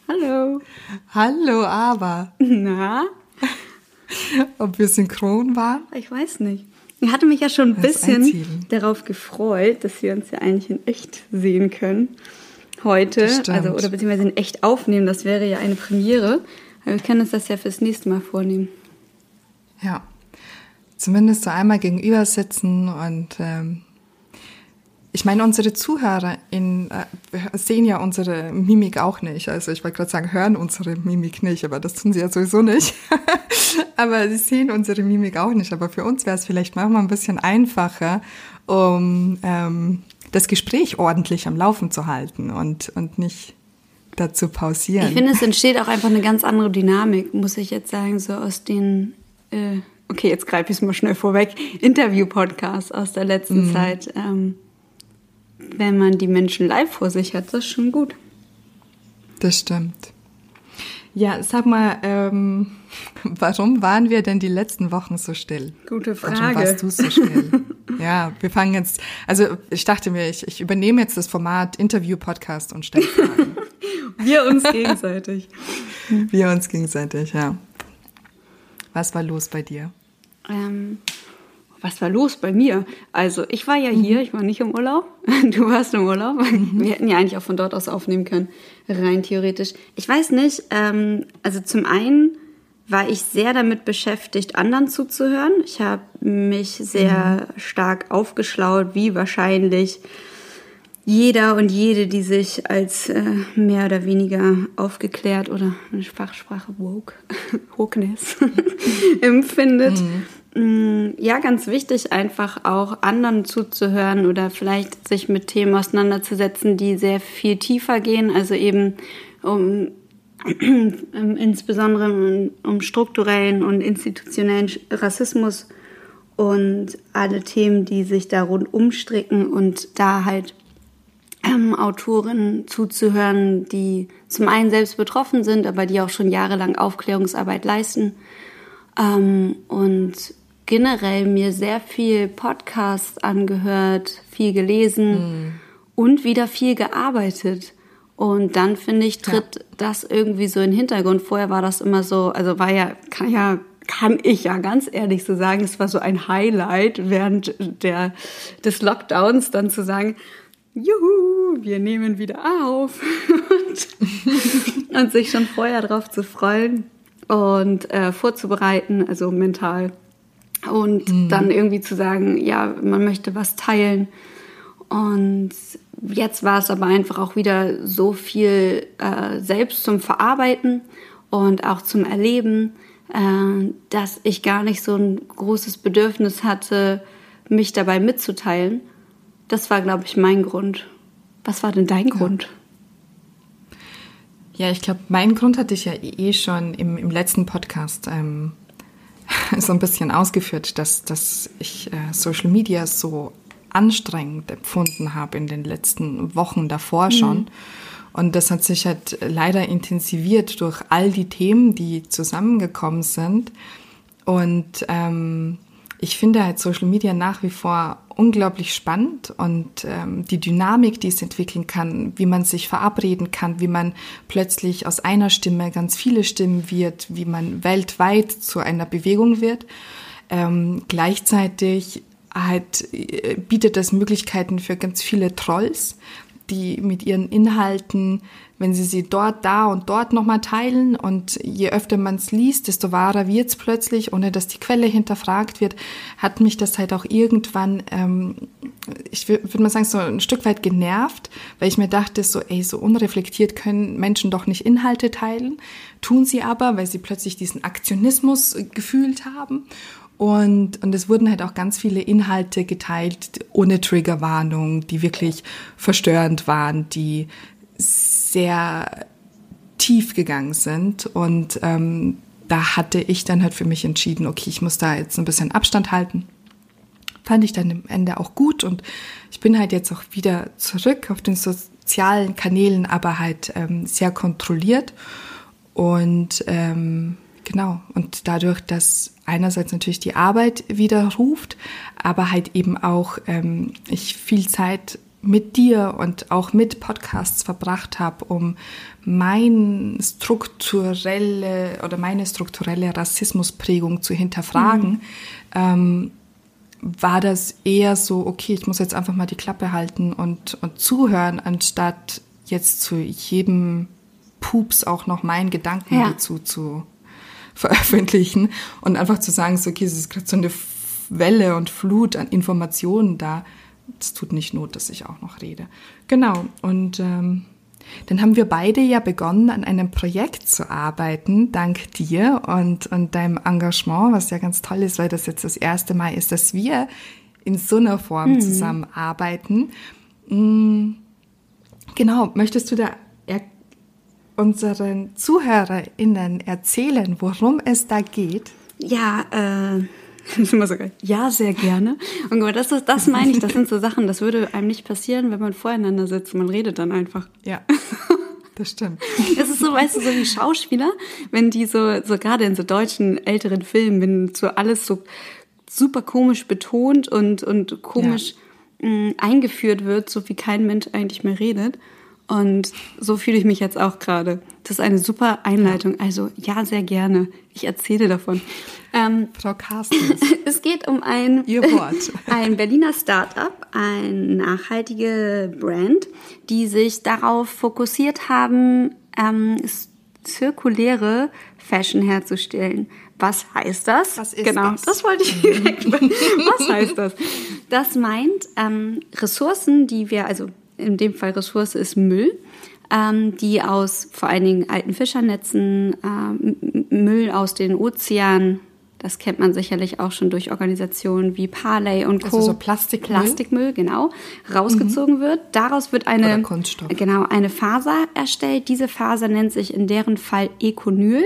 Hallo. Hallo, aber. Na? Ob wir synchron waren? Ich weiß nicht. Ich hatte mich ja schon ein bisschen darauf gefreut, dass wir uns ja eigentlich in echt sehen können. Heute, also oder beziehungsweise in echt aufnehmen, das wäre ja eine Premiere. Aber wir können uns das ja fürs nächste Mal vornehmen. Ja, zumindest so einmal gegenüber sitzen und ich meine, unsere Zuhörer sehen ja unsere Mimik auch nicht. Also ich wollte gerade sagen, hören unsere Mimik nicht, aber das tun sie ja sowieso nicht. Aber sie sehen unsere Mimik auch nicht. Aber für uns wäre es vielleicht manchmal ein bisschen einfacher, um das Gespräch ordentlich am Laufen zu halten und nicht dazu pausieren. Ich finde, es entsteht auch einfach eine ganz andere Dynamik, muss ich jetzt sagen, so aus den, okay, jetzt greife ich es mal schnell vorweg, Interview-Podcasts aus der letzten Zeit. Wenn man die Menschen live vor sich hat, das ist schon gut. Das stimmt. Ja, sag mal, warum waren wir denn die letzten Wochen so still? Gute Frage. Warum warst du so still? Ja, wir fangen jetzt, also ich dachte mir, ich übernehme jetzt das Format Interview-Podcast und stelle Fragen. Wir uns gegenseitig. Wir uns gegenseitig, ja. Was war los bei dir? Was war los bei mir? Also ich war ja hier, ich war nicht im Urlaub. Du warst im Urlaub. Wir hätten ja eigentlich auch von dort aus aufnehmen können, rein theoretisch. Ich weiß nicht, also zum einen war ich sehr damit beschäftigt, anderen zuzuhören. Ich habe mich sehr stark aufgeschlaut, wie wahrscheinlich jeder und jede, die sich als mehr oder weniger aufgeklärt oder in Fachsprache Wokeness empfindet. Ja, ganz wichtig, einfach auch anderen zuzuhören oder vielleicht sich mit Themen auseinanderzusetzen, die sehr viel tiefer gehen, also eben insbesondere um strukturellen und institutionellen Rassismus und alle Themen, die sich da rundum stricken und da halt Autorinnen zuzuhören, die zum einen selbst betroffen sind, aber die auch schon jahrelang Aufklärungsarbeit leisten und generell mir sehr viel Podcasts angehört, viel gelesen und wieder viel gearbeitet. Und dann, finde ich, tritt das irgendwie so in den Hintergrund. Vorher war das immer so, also kann ich ja ganz ehrlich so sagen, es war so ein Highlight während des Lockdowns, dann zu sagen, juhu, wir nehmen wieder auf und sich schon vorher drauf zu freuen und vorzubereiten, also mental. Und dann irgendwie zu sagen, ja, man möchte was teilen. Und jetzt war es aber einfach auch wieder so viel selbst zum Verarbeiten und auch zum Erleben, dass ich gar nicht so ein großes Bedürfnis hatte, mich dabei mitzuteilen. Das war, glaube ich, mein Grund. Was war denn dein Grund? Ja, ich glaube, mein Grund hatte ich ja schon im letzten Podcast so ein bisschen ausgeführt, dass ich Social Media so anstrengend empfunden habe in den letzten Wochen davor schon. Und das hat sich halt leider intensiviert durch all die Themen, die zusammengekommen sind. Und ich finde halt Social Media nach wie vor unglaublich spannend und die Dynamik, die es entwickeln kann, wie man sich verabreden kann, wie man plötzlich aus einer Stimme ganz viele Stimmen wird, wie man weltweit zu einer Bewegung wird. Gleichzeitig halt bietet das Möglichkeiten für ganz viele Trolls, die mit ihren Inhalten, wenn sie dort, da und dort nochmal teilen und je öfter man es liest, desto wahrer wird es plötzlich, ohne dass die Quelle hinterfragt wird, hat mich das halt auch irgendwann, ich würde mal sagen, so ein Stück weit genervt, weil ich mir dachte, so unreflektiert können Menschen doch nicht Inhalte teilen, tun sie aber, weil sie plötzlich diesen Aktionismus gefühlt haben. Und es wurden halt auch ganz viele Inhalte geteilt, ohne Triggerwarnung, die wirklich verstörend waren, die sehr tief gegangen sind. Und da hatte ich dann halt für mich entschieden, okay, ich muss da jetzt ein bisschen Abstand halten. Fand ich dann am Ende auch gut. Und ich bin halt jetzt auch wieder zurück auf den sozialen Kanälen, aber halt sehr kontrolliert. Und genau, und dadurch, dass einerseits natürlich die Arbeit wieder ruft, aber halt eben auch ich viel Zeit mit dir und auch mit Podcasts verbracht habe, um meine strukturelle Rassismusprägung zu hinterfragen, war das eher so, okay, ich muss jetzt einfach mal die Klappe halten und zuhören, anstatt jetzt zu jedem Pups auch noch meinen Gedanken dazu zu veröffentlichen und einfach zu sagen, so, okay, es ist gerade so eine Welle und Flut an Informationen da. Es tut nicht Not, dass ich auch noch rede. Genau, und dann haben wir beide ja begonnen, an einem Projekt zu arbeiten, dank dir und deinem Engagement, was ja ganz toll ist, weil das jetzt das erste Mal ist, dass wir in so einer Form zusammenarbeiten. Genau, möchtest du da unseren ZuhörerInnen erzählen, worum es da geht? Ja, das ist immer so geil. Ja, sehr gerne. Und das meine ich, das sind so Sachen, das würde einem nicht passieren, wenn man voreinander sitzt. Man redet dann einfach. Ja, das stimmt. Es ist so, weißt du, so wie Schauspieler, wenn die so gerade in so deutschen älteren Filmen, wenn so alles so super komisch betont und komisch eingeführt wird, so wie kein Mensch eigentlich mehr redet. Und so fühle ich mich jetzt auch gerade. Das ist eine super Einleitung. Also ja, sehr gerne. Ich erzähle davon. Frau Carstens. Es geht um ein Berliner Start-up, eine nachhaltige Brand, die sich darauf fokussiert haben, zirkuläre Fashion herzustellen. Was heißt das? Was ist genau, das wollte ich direkt. Was heißt das? Das meint Ressourcen, die wir, also in dem Fall Ressource ist Müll, die aus vor allen Dingen alten Fischernetzen, Müll aus den Ozeanen, das kennt man sicherlich auch schon durch Organisationen wie Parley und Co. Also so Plastikmüll? Plastikmüll, genau, rausgezogen wird. Daraus wird eine Faser erstellt. Diese Faser nennt sich in deren Fall Econyl.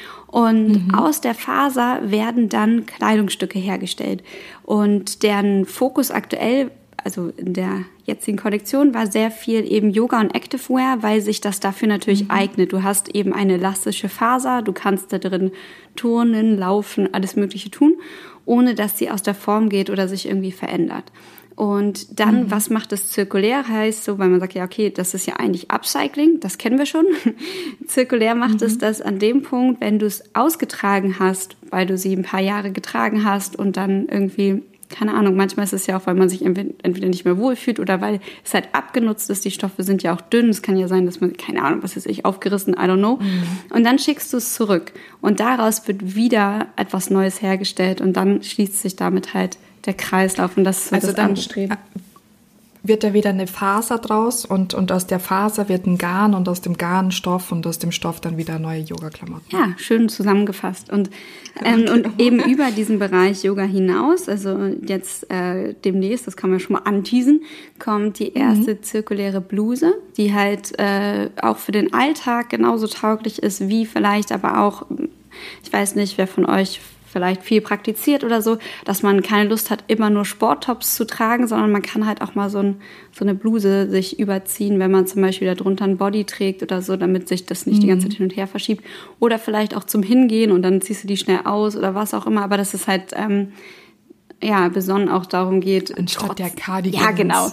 Und aus der Faser werden dann Kleidungsstücke hergestellt. Und deren Fokus aktuell, also in der jetzigen Kollektion, war sehr viel eben Yoga und Activewear, weil sich das dafür natürlich eignet. Du hast eben eine elastische Faser, du kannst da drin turnen, laufen, alles Mögliche tun, ohne dass sie aus der Form geht oder sich irgendwie verändert. Und dann, was macht das zirkulär? Heißt so, weil man sagt, ja, okay, das ist ja eigentlich Upcycling, das kennen wir schon. Zirkulär macht es das an dem Punkt, wenn du es ausgetragen hast, weil du sie ein paar Jahre getragen hast und dann irgendwie, keine Ahnung, manchmal ist es ja auch, weil man sich entweder nicht mehr wohlfühlt oder weil es halt abgenutzt ist. Die Stoffe sind ja auch dünn. Es kann ja sein, dass man, keine Ahnung, was weiß ich, aufgerissen, I don't know. Und dann schickst du es zurück. Und daraus wird wieder etwas Neues hergestellt und dann schließt sich damit halt der Kreislauf. Und das ist also das Anstreben. Wird da wieder eine Faser draus und aus der Faser wird ein Garn und aus dem Garn Stoff und aus dem Stoff dann wieder neue Yoga-Klamotten. Ja, schön zusammengefasst. Und eben über diesen Bereich Yoga hinaus, also jetzt demnächst, das kann man schon mal anteasen, kommt die erste zirkuläre Bluse, die halt auch für den Alltag genauso tauglich ist, wie vielleicht aber auch, ich weiß nicht, wer von euch vielleicht viel praktiziert oder so, dass man keine Lust hat, immer nur Sporttops zu tragen, sondern man kann halt auch mal so eine Bluse sich überziehen, wenn man zum Beispiel darunter ein Body trägt oder so, damit sich das nicht die ganze Zeit hin und her verschiebt. Oder vielleicht auch zum Hingehen und dann ziehst du die schnell aus oder was auch immer. Aber dass es halt besonnen auch darum geht. Anstatt der Cardigans. Ja, genau.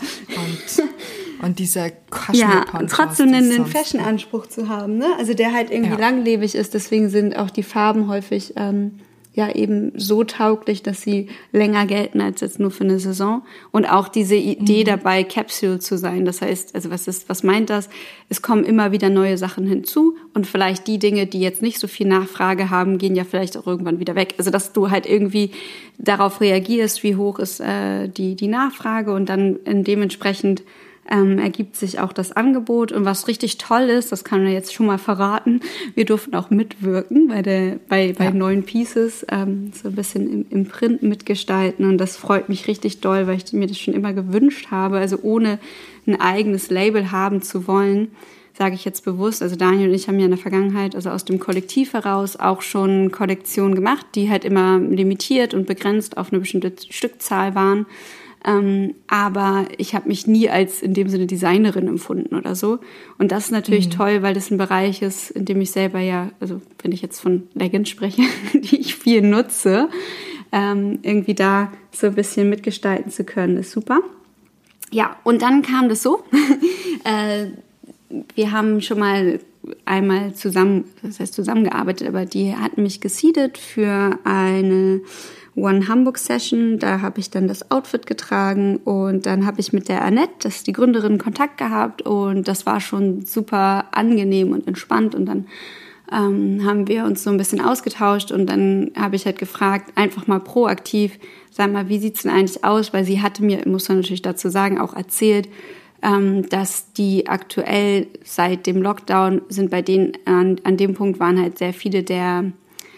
Und dieser Kaschmir-Kontrast. Ja, trotzdem einen Fashion-Anspruch zu haben, ne? Also der halt irgendwie langlebig ist. Deswegen sind auch die Farben häufig eben so tauglich, dass sie länger gelten als jetzt nur für eine Saison. Und auch diese Idee dabei, Capsule zu sein. Das heißt, also was meint das? Es kommen immer wieder neue Sachen hinzu und vielleicht die Dinge, die jetzt nicht so viel Nachfrage haben, gehen ja vielleicht auch irgendwann wieder weg. Also dass du halt irgendwie darauf reagierst, wie hoch ist die Nachfrage und dann dementsprechend ergibt sich auch das Angebot. Und was richtig toll ist, das kann man jetzt schon mal verraten, wir durften auch mitwirken bei neuen Pieces, so ein bisschen im Print mitgestalten. Und das freut mich richtig doll, weil ich mir das schon immer gewünscht habe. Also ohne ein eigenes Label haben zu wollen, sage ich jetzt bewusst. Also Daniel und ich haben ja in der Vergangenheit, also aus dem Kollektiv heraus, auch schon Kollektionen gemacht, die halt immer limitiert und begrenzt auf eine bestimmte Stückzahl waren. Aber ich habe mich nie als in dem Sinne Designerin empfunden oder so. Und das ist natürlich toll, weil das ein Bereich ist, in dem ich selber also wenn ich jetzt von Leggings spreche, die ich viel nutze, irgendwie da so ein bisschen mitgestalten zu können, ist super. Ja, und dann kam das so. Wir haben schon mal einmal zusammengearbeitet, aber die hatten mich geseedet für eine One Hamburg Session. Da habe ich dann das Outfit getragen und dann habe ich mit der Annette, das ist die Gründerin, Kontakt gehabt und das war schon super angenehm und entspannt und dann haben wir uns so ein bisschen ausgetauscht und dann habe ich halt gefragt, einfach mal proaktiv, sag mal, wie sieht's denn eigentlich aus? Weil sie hatte mir, muss man natürlich dazu sagen, auch erzählt, dass die aktuell seit dem Lockdown sind bei denen an dem Punkt waren halt sehr viele der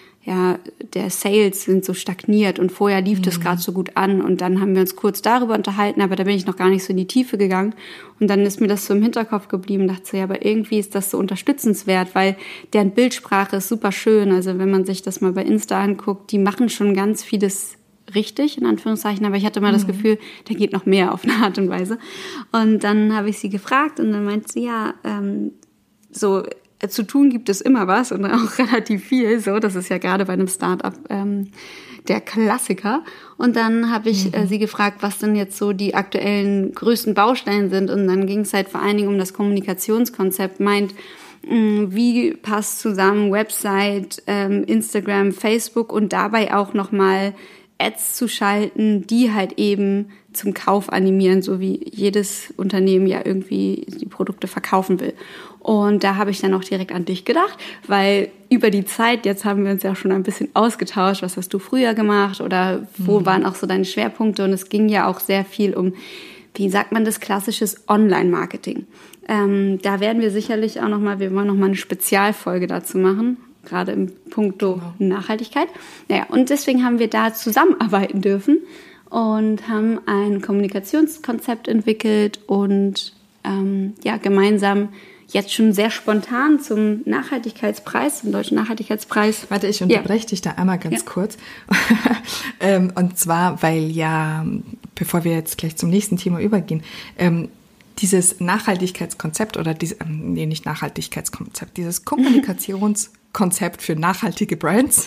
Sales sind so stagniert und vorher lief das gerade so gut an und dann haben wir uns kurz darüber unterhalten, aber da bin ich noch gar nicht so in die Tiefe gegangen und dann ist mir das so im Hinterkopf geblieben, dachte so, ja, aber irgendwie ist das so unterstützenswert, weil deren Bildsprache ist super schön, also wenn man sich das mal bei Insta anguckt, die machen schon ganz vieles richtig, in Anführungszeichen, aber ich hatte mal das Gefühl, da geht noch mehr auf eine Art und Weise und dann habe ich sie gefragt und dann meinte sie, ja, so zu tun gibt es immer was und auch relativ viel, so, das ist ja gerade bei einem Start-up der Klassiker. Und dann habe ich sie gefragt, was denn jetzt so die aktuellen größten Baustellen sind und dann ging es halt vor allen Dingen um das Kommunikationskonzept, meint, wie passt zusammen Website, Instagram, Facebook und dabei auch nochmal Ads zu schalten, die halt eben zum Kauf animieren, so wie jedes Unternehmen ja irgendwie die Produkte verkaufen will. Und da habe ich dann auch direkt an dich gedacht, weil über die Zeit, jetzt haben wir uns ja schon ein bisschen ausgetauscht, was hast du früher gemacht oder wo waren auch so deine Schwerpunkte und es ging ja auch sehr viel um, wie sagt man das, klassisches Online-Marketing. Da werden wir sicherlich auch wir wollen nochmal eine Spezialfolge dazu machen, gerade im Puncto Nachhaltigkeit. Naja, und deswegen haben wir da zusammenarbeiten dürfen und haben ein Kommunikationskonzept entwickelt und gemeinsam jetzt schon sehr spontan zum Nachhaltigkeitspreis, zum Deutschen Nachhaltigkeitspreis. Warte, ich unterbreche dich da einmal ganz kurz. Und zwar, weil ja, bevor wir jetzt gleich zum nächsten Thema übergehen, dieses Nachhaltigkeitskonzept oder nicht Nachhaltigkeitskonzept, dieses Kommunikationskonzept für nachhaltige Brands,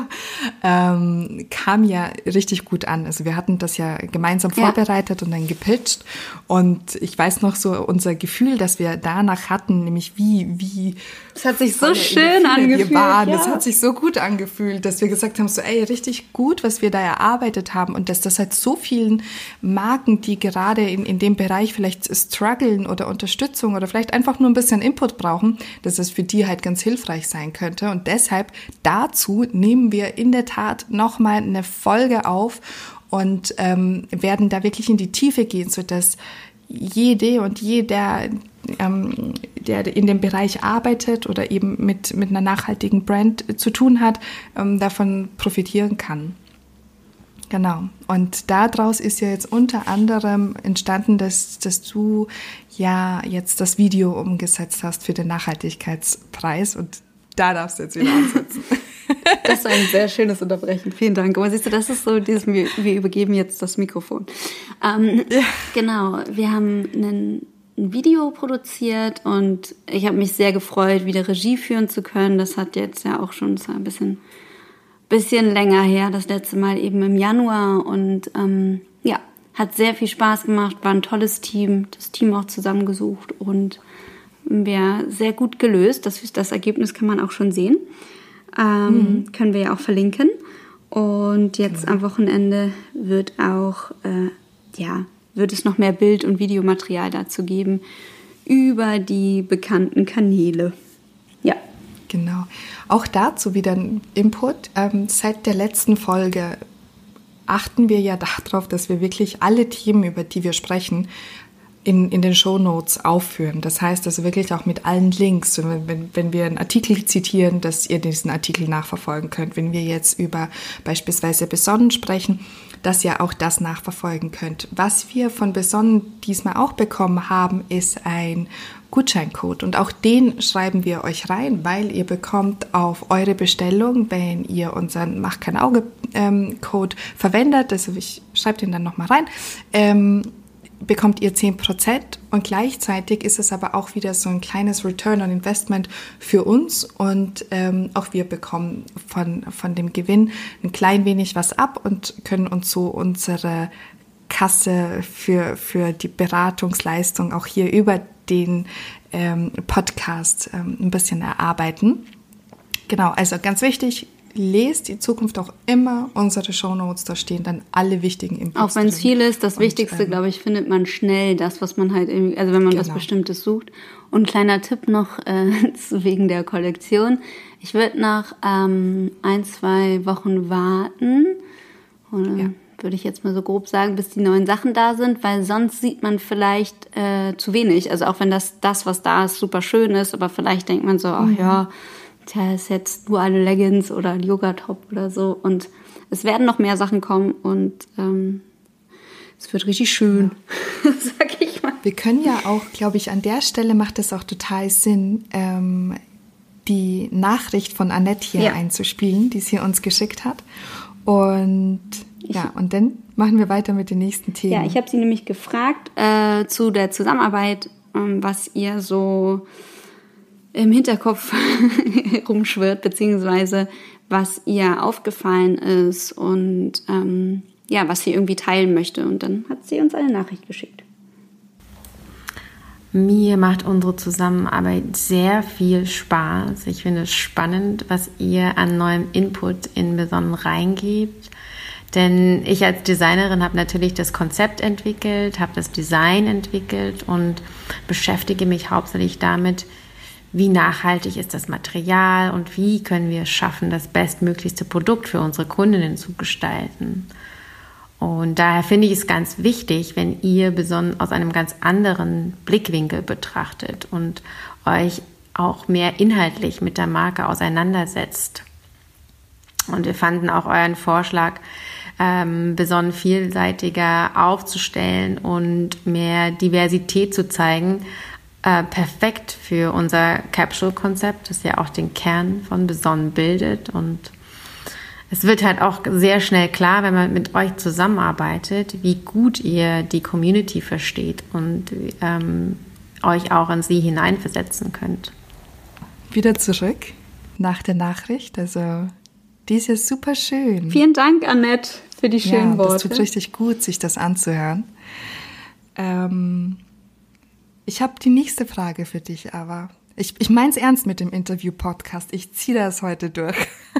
kam ja richtig gut an. Also wir hatten das ja gemeinsam vorbereitet und dann gepitcht. Und ich weiß noch so unser Gefühl, das wir danach hatten, nämlich wie es hat sich so schön angefühlt. Wir waren. Das hat sich so gut angefühlt, dass wir gesagt haben, so richtig gut, was wir da erarbeitet haben und dass das halt so vielen Marken, die gerade in dem Bereich vielleicht strugglen oder Unterstützung oder vielleicht einfach nur ein bisschen Input brauchen, dass das für die halt ganz hilfreich sein könnte. Und deshalb dazu nehmen wir in der Tat nochmal eine Folge auf und werden da wirklich in die Tiefe gehen, sodass jede und jeder, der in dem Bereich arbeitet oder eben mit einer nachhaltigen Brand zu tun hat, davon profitieren kann. Genau. Und daraus ist ja jetzt unter anderem entstanden, dass du ja jetzt das Video umgesetzt hast für den Nachhaltigkeitspreis und da darfst du jetzt wieder ansetzen. Das ist ein sehr schönes Unterbrechen. Vielen Dank. Aber siehst du, das ist so dieses, wir übergeben jetzt das Mikrofon. Genau, wir haben ein Video produziert und ich habe mich sehr gefreut, wieder Regie führen zu können. Das hat jetzt ja auch schon ein bisschen länger her, das letzte Mal eben im Januar und hat sehr viel Spaß gemacht, war ein tolles Team, das Team auch zusammengesucht und wäre sehr gut gelöst. Das Ergebnis kann man auch schon sehen. Können wir ja auch verlinken. Und jetzt am Wochenende wird es noch mehr Bild- und Videomaterial dazu geben über die bekannten Kanäle. Ja. Genau. Auch dazu wieder ein Input. Seit der letzten Folge achten wir ja darauf, dass wir wirklich alle Themen, über die wir sprechen, in den Shownotes aufführen. Das heißt also wirklich auch mit allen Links, wenn wir einen Artikel zitieren, dass ihr diesen Artikel nachverfolgen könnt. Wenn wir jetzt über beispielsweise Besonnen sprechen, dass ihr auch das nachverfolgen könnt. Was wir von Besonnen diesmal auch bekommen haben, ist ein Gutscheincode und auch den schreiben wir euch rein, weil ihr bekommt auf eure Bestellung, wenn ihr unseren Mach kein Auge Code verwendet, also ich schreibe den dann nochmal rein, bekommt ihr 10% und gleichzeitig ist es aber auch wieder so ein kleines Return on Investment für uns und auch wir bekommen von dem Gewinn ein klein wenig was ab und können uns so unsere Kasse für die Beratungsleistung auch hier über den Podcast ein bisschen erarbeiten. Genau, also ganz wichtig, lest in Zukunft auch immer unsere Shownotes, da stehen dann alle wichtigen Infos. Auch wenn es viel ist, das Wichtigste, glaube ich, findet man schnell, das, was man halt irgendwie, also wenn man was Bestimmtes sucht. Und kleiner Tipp noch wegen der Kollektion. Ich würde nach 1-2 Wochen warten, oder würde ich jetzt mal so grob sagen, bis die neuen Sachen da sind, weil sonst sieht man vielleicht zu wenig. Also auch wenn das, was da ist, super schön ist, aber vielleicht denkt man so, ach ja, tja, ist jetzt nur eine Leggings oder ein Yoga-Top oder so. Und es werden noch mehr Sachen kommen und es wird richtig schön, sag ich mal. Wir können ja auch, glaube ich, an der Stelle macht es auch total Sinn, die Nachricht von Annette hier einzuspielen, die sie uns geschickt hat. Und und dann machen wir weiter mit den nächsten Themen. Ja, ich habe sie nämlich gefragt zu der Zusammenarbeit, was ihr so im Hinterkopf rumschwirrt, beziehungsweise was ihr aufgefallen ist und was sie irgendwie teilen möchte. Und dann hat sie uns eine Nachricht geschickt. Mir macht unsere Zusammenarbeit sehr viel Spaß. Ich finde es spannend, was ihr an neuem Input in Besonnen reingebt. Denn ich als Designerin habe natürlich das Konzept entwickelt, habe das Design entwickelt und beschäftige mich hauptsächlich damit, wie nachhaltig ist das Material und wie können wir es schaffen, das bestmöglichste Produkt für unsere Kundinnen zu gestalten. Und daher finde ich es ganz wichtig, wenn ihr Besonnen aus einem ganz anderen Blickwinkel betrachtet und euch auch mehr inhaltlich mit der Marke auseinandersetzt. Und wir fanden auch euren Vorschlag, Besonnen vielseitiger aufzustellen und mehr Diversität zu zeigen, perfekt für unser Capsule-Konzept, das ja auch den Kern von Besonnen bildet. Und es wird halt auch sehr schnell klar, wenn man mit euch zusammenarbeitet, wie gut ihr die Community versteht und euch auch in sie hineinversetzen könnt. Wieder zurück nach der Nachricht. Also die ist ja super schön. Vielen Dank, Annette, für die schönen Worte. Das tut richtig gut, sich das anzuhören. Ich habe die nächste Frage für dich, aber ich meine es ernst mit dem Interview-Podcast. Ich ziehe das heute durch.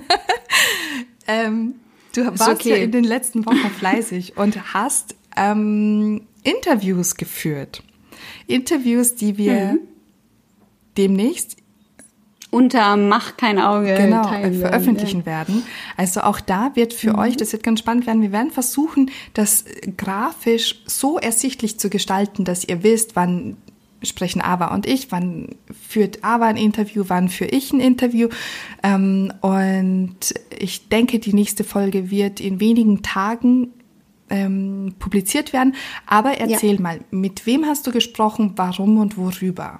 Du warst ja in den letzten Wochen fleißig und hast Interviews geführt. Interviews, die wir demnächst unter Mach kein Auge veröffentlichen werden. Also auch da wird für euch, das wird ganz spannend werden, wir werden versuchen, das grafisch so ersichtlich zu gestalten, dass ihr wisst, wann sprechen Ava und ich, wann führt Ava ein Interview, wann führe ich ein Interview. Und ich denke, die nächste Folge wird in wenigen Tagen publiziert werden. Aber erzähl mal, mit wem hast du gesprochen, warum und worüber?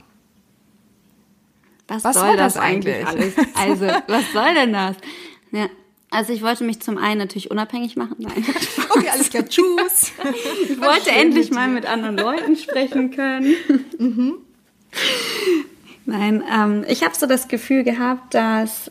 Was soll das eigentlich alles? Also, was soll denn das? Ja, also ich wollte mich zum einen natürlich unabhängig machen. Nein. Okay, alles klar, tschüss. Ich wollte endlich mal mit anderen Leuten sprechen können. Nein, ich habe so das Gefühl gehabt, dass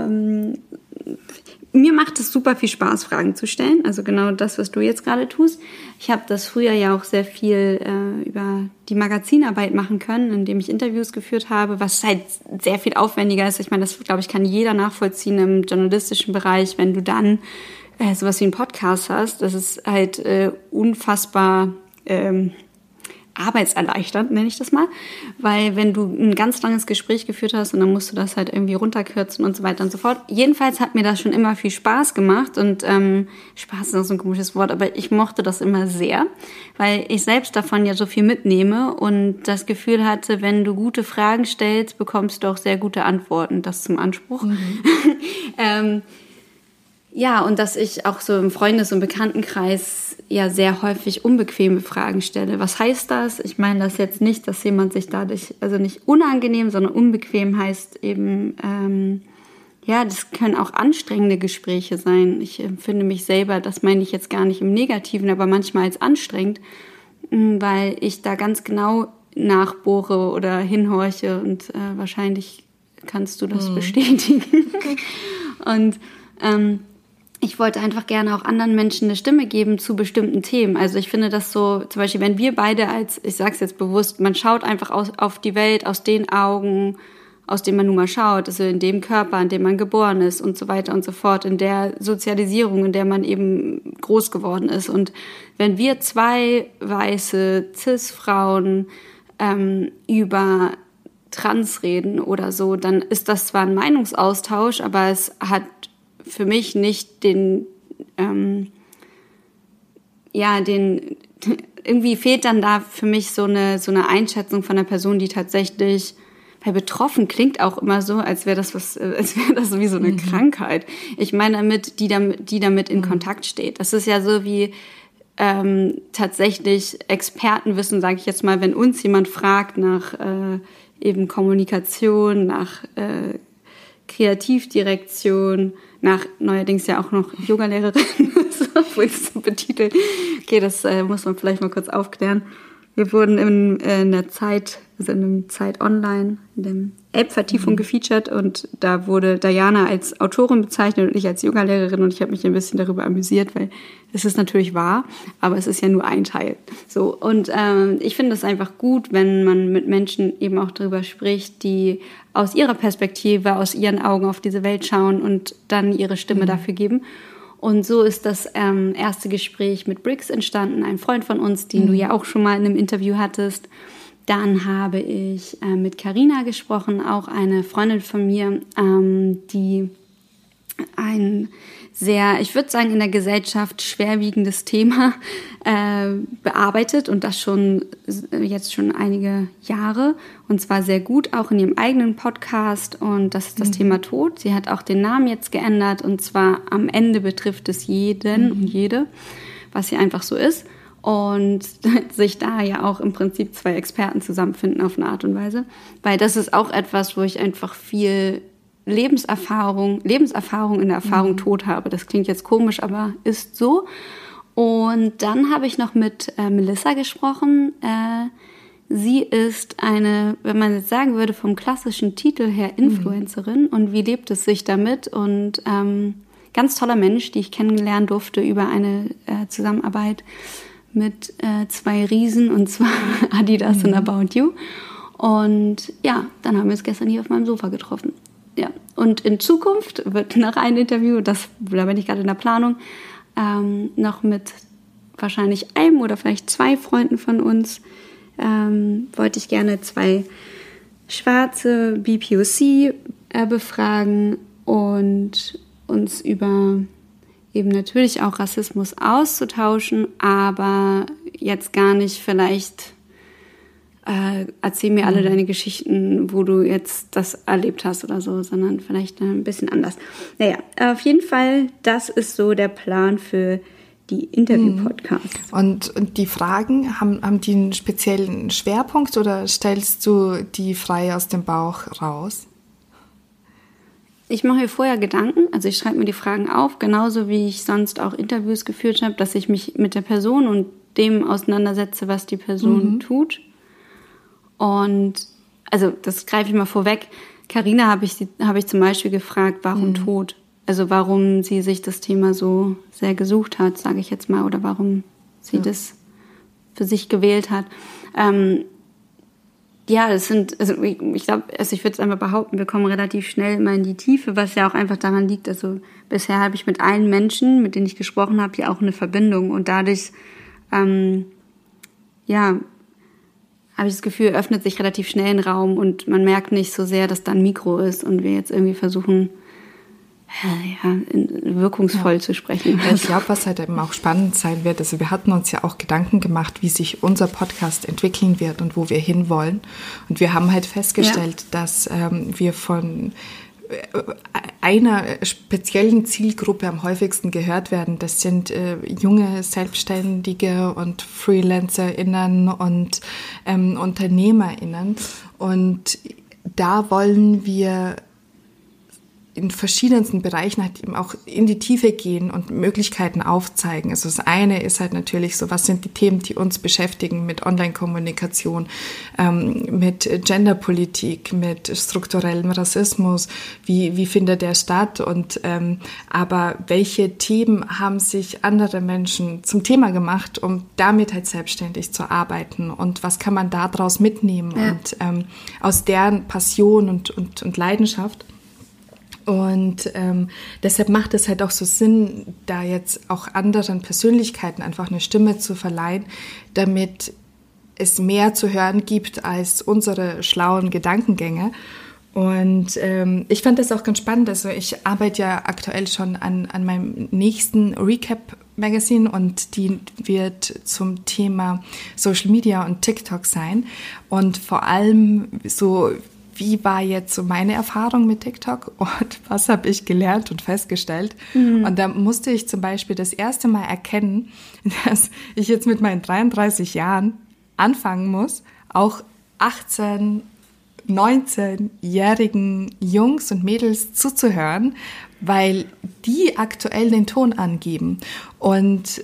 mir macht es super viel Spaß, Fragen zu stellen. Also genau das, was du jetzt gerade tust. Ich habe das früher ja auch sehr viel über die Magazinarbeit machen können, indem ich Interviews geführt habe, was halt sehr viel aufwendiger ist. Ich meine, das, glaube ich, kann jeder nachvollziehen im journalistischen Bereich, wenn du dann sowas wie einen Podcast hast. Das ist halt unfassbar arbeitserleichternd, nenne ich das mal. Weil wenn du ein ganz langes Gespräch geführt hast und dann musst du das halt irgendwie runterkürzen und so weiter und so fort. Jedenfalls hat mir das schon immer viel Spaß gemacht und Spaß ist auch so ein komisches Wort, aber ich mochte das immer sehr, weil ich selbst davon ja so viel mitnehme und das Gefühl hatte, wenn du gute Fragen stellst, bekommst du auch sehr gute Antworten. Das zum Anspruch. Ja, und dass ich auch so im Freundes- und Bekanntenkreis ja sehr häufig unbequeme Fragen stelle. Was heißt das? Ich meine das jetzt nicht, dass jemand sich dadurch, also nicht unangenehm, sondern unbequem heißt eben, das können auch anstrengende Gespräche sein. Ich empfinde mich selber, das meine ich jetzt gar nicht im Negativen, aber manchmal als anstrengend, weil ich da ganz genau nachbohre oder hinhorche und wahrscheinlich kannst du das bestätigen. Und ich wollte einfach gerne auch anderen Menschen eine Stimme geben zu bestimmten Themen. Also ich finde das so, zum Beispiel, wenn wir beide ich sag's jetzt bewusst, man schaut einfach auf die Welt aus den Augen, aus denen man nun mal schaut, also in dem Körper, in dem man geboren ist und so weiter und so fort, in der Sozialisierung, in der man eben groß geworden ist. Und wenn wir zwei weiße Cis-Frauen über Trans reden oder so, dann ist das zwar ein Meinungsaustausch, aber es hat für mich nicht irgendwie fehlt dann da für mich so eine Einschätzung von einer Person, die tatsächlich, weil betroffen klingt auch immer so, als wäre das wie so eine Krankheit. Ich meine damit, die damit in Kontakt steht. Das ist ja so wie tatsächlich Expertenwissen, sage ich jetzt mal, wenn uns jemand fragt nach eben Kommunikation, nach Kreativdirektion, nach neuerdings ja auch noch Yogalehrerin, obwohl ich es so betitel. Okay, das muss man vielleicht mal kurz aufklären. Wir wurden in der Zeit, also in dem Zeit Online, in dem Elbvertiefung gefeatured und da wurde Diana als Autorin bezeichnet und ich als Yogalehrerin und ich habe mich ein bisschen darüber amüsiert, weil es ist natürlich wahr, aber es ist ja nur ein Teil. So, und ich finde es einfach gut, wenn man mit Menschen eben auch darüber spricht, die aus ihrer Perspektive, aus ihren Augen auf diese Welt schauen und dann ihre Stimme dafür geben. Und so ist das erste Gespräch mit Briggs entstanden, ein Freund von uns, den du ja auch schon mal in einem Interview hattest. Dann habe ich mit Carina gesprochen, auch eine Freundin von mir, die ein sehr, ich würde sagen, in der Gesellschaft schwerwiegendes Thema bearbeitet und das jetzt schon einige Jahre und zwar sehr gut, auch in ihrem eigenen Podcast und das ist das Thema Tod. Sie hat auch den Namen jetzt geändert und zwar am Ende betrifft es jeden und jede, was hier einfach so ist und sich da ja auch im Prinzip zwei Experten zusammenfinden auf eine Art und Weise, weil das ist auch etwas, wo ich einfach viel Lebenserfahrung in der Erfahrung Tod habe. Das klingt jetzt komisch, aber ist so. Und dann habe ich noch mit Melissa gesprochen. Sie ist eine, wenn man jetzt sagen würde, vom klassischen Titel her Influencerin. Und wie lebt es sich damit? Und ganz toller Mensch, die ich kennenlernen durfte über eine Zusammenarbeit mit zwei Riesen, und zwar Adidas und About You. Und ja, dann haben wir uns gestern hier auf meinem Sofa getroffen. Ja, und in Zukunft wird noch ein Interview, da bin ich gerade in der Planung, noch mit wahrscheinlich einem oder vielleicht zwei Freunden von uns, wollte ich gerne zwei schwarze BPOC befragen und uns über eben natürlich auch Rassismus auszutauschen, aber jetzt gar nicht vielleicht erzähl mir alle deine Geschichten, wo du jetzt das erlebt hast oder so, sondern vielleicht ein bisschen anders. Naja, auf jeden Fall, das ist so der Plan für die Interview-Podcasts. Und die Fragen, haben die einen speziellen Schwerpunkt oder stellst du die frei aus dem Bauch raus? Ich mache mir vorher Gedanken, also ich schreibe mir die Fragen auf, genauso wie ich sonst auch Interviews geführt habe, dass ich mich mit der Person und dem auseinandersetze, was die Person tut. Und also das greife ich mal vorweg. Carina habe ich zum Beispiel gefragt, warum Tod? Also warum sie sich das Thema so sehr gesucht hat, sage ich jetzt mal, oder warum sie das für sich gewählt hat. Ja, das sind, also ich glaube, ich würde es einfach behaupten, wir kommen relativ schnell immer in die Tiefe, was ja auch einfach daran liegt, also bisher habe ich mit allen Menschen, mit denen ich gesprochen habe, ja auch eine Verbindung und dadurch, habe ich das Gefühl, öffnet sich relativ schnell ein Raum und man merkt nicht so sehr, dass da ein Mikro ist und wir jetzt irgendwie versuchen, wirkungsvoll zu sprechen. Ich glaube, was halt eben auch spannend sein wird, also wir hatten uns ja auch Gedanken gemacht, wie sich unser Podcast entwickeln wird und wo wir hinwollen. Und wir haben halt festgestellt, dass wir von einer speziellen Zielgruppe am häufigsten gehört werden. Das sind junge Selbstständige und FreelancerInnen und UnternehmerInnen. Und da wollen wir in verschiedensten Bereichen halt eben auch in die Tiefe gehen und Möglichkeiten aufzeigen. Also das eine ist halt natürlich so, was sind die Themen, die uns beschäftigen mit Online-Kommunikation, mit Genderpolitik, mit strukturellem Rassismus, wie findet der statt und aber welche Themen haben sich andere Menschen zum Thema gemacht, um damit halt selbstständig zu arbeiten und was kann man daraus mitnehmen und aus deren Passion und Leidenschaft. Und deshalb macht es halt auch so Sinn, da jetzt auch anderen Persönlichkeiten einfach eine Stimme zu verleihen, damit es mehr zu hören gibt als unsere schlauen Gedankengänge. Und ich fand das auch ganz spannend. Also ich arbeite ja aktuell schon an meinem nächsten Recap-Magazin und die wird zum Thema Social Media und TikTok sein. Und vor allem so, wie war jetzt so meine Erfahrung mit TikTok und was habe ich gelernt und festgestellt? Und da musste ich zum Beispiel das erste Mal erkennen, dass ich jetzt mit meinen 33 Jahren anfangen muss, auch 18, 19-jährigen Jungs und Mädels zuzuhören, weil die aktuell den Ton angeben. Und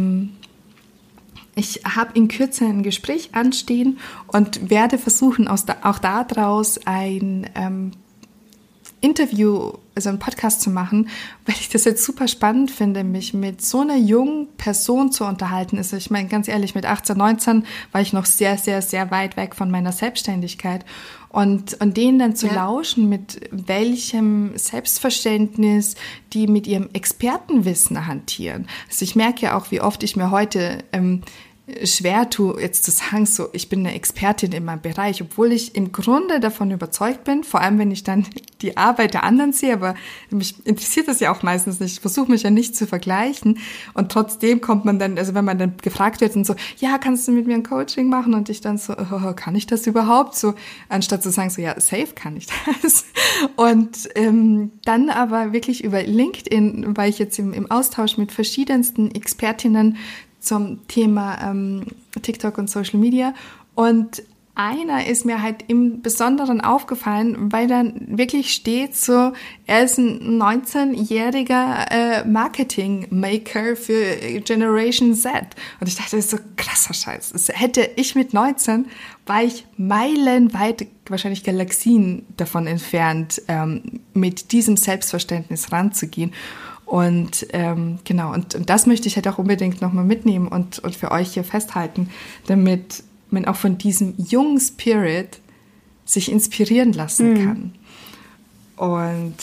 ich habe in Kürze ein Gespräch anstehen und werde versuchen, auch daraus ein Interview, also einen Podcast zu machen, weil ich das jetzt super spannend finde, mich mit so einer jungen Person zu unterhalten. Also ich meine, ganz ehrlich, mit 18, 19 war ich noch sehr, sehr, sehr weit weg von meiner Selbstständigkeit. Und denen dann zu lauschen, mit welchem Selbstverständnis die mit ihrem Expertenwissen hantieren. Also ich merke ja auch, wie oft ich mir heute schwer tue, jetzt zu sagen, so, ich bin eine Expertin in meinem Bereich, obwohl ich im Grunde davon überzeugt bin, vor allem wenn ich dann die Arbeit der anderen sehe, aber mich interessiert das ja auch meistens nicht. Ich versuche mich ja nicht zu vergleichen und trotzdem kommt man dann, also wenn man dann gefragt wird und so, ja, kannst du mit mir ein Coaching machen? Und ich dann so, kann ich das überhaupt? So, anstatt zu sagen, so, ja, safe kann ich das. Und dann aber wirklich über LinkedIn war ich jetzt im Austausch mit verschiedensten Expertinnen zum Thema TikTok und Social Media. Und einer ist mir halt im Besonderen aufgefallen, weil dann wirklich steht so, er ist ein 19-jähriger Marketing-Maker für Generation Z. Und ich dachte, das ist so krasser Scheiß. Das hätte ich mit 19, war ich meilenweit, wahrscheinlich Galaxien davon entfernt, mit diesem Selbstverständnis ranzugehen. Und genau, und das möchte ich halt auch unbedingt nochmal mitnehmen und für euch hier festhalten, damit man auch von diesem jungen Spirit sich inspirieren lassen kann. Und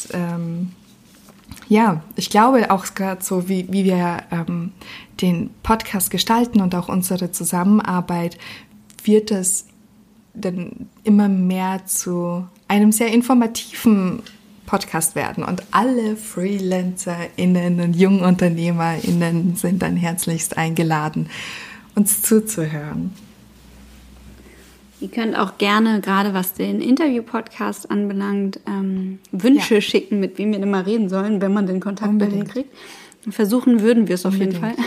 ja, ich glaube auch gerade so, wie wir den Podcast gestalten und auch unsere Zusammenarbeit, wird es dann immer mehr zu einem sehr informativen Podcast werden. Und alle FreelancerInnen und JungunternehmerInnen sind dann herzlichst eingeladen, uns zuzuhören. Ihr könnt auch gerne, gerade was den Interview-Podcast anbelangt, Wünsche schicken, mit wem wir immer reden sollen, wenn man den Kontakt dahin kriegt. Versuchen würden wir es auf jeden Fall.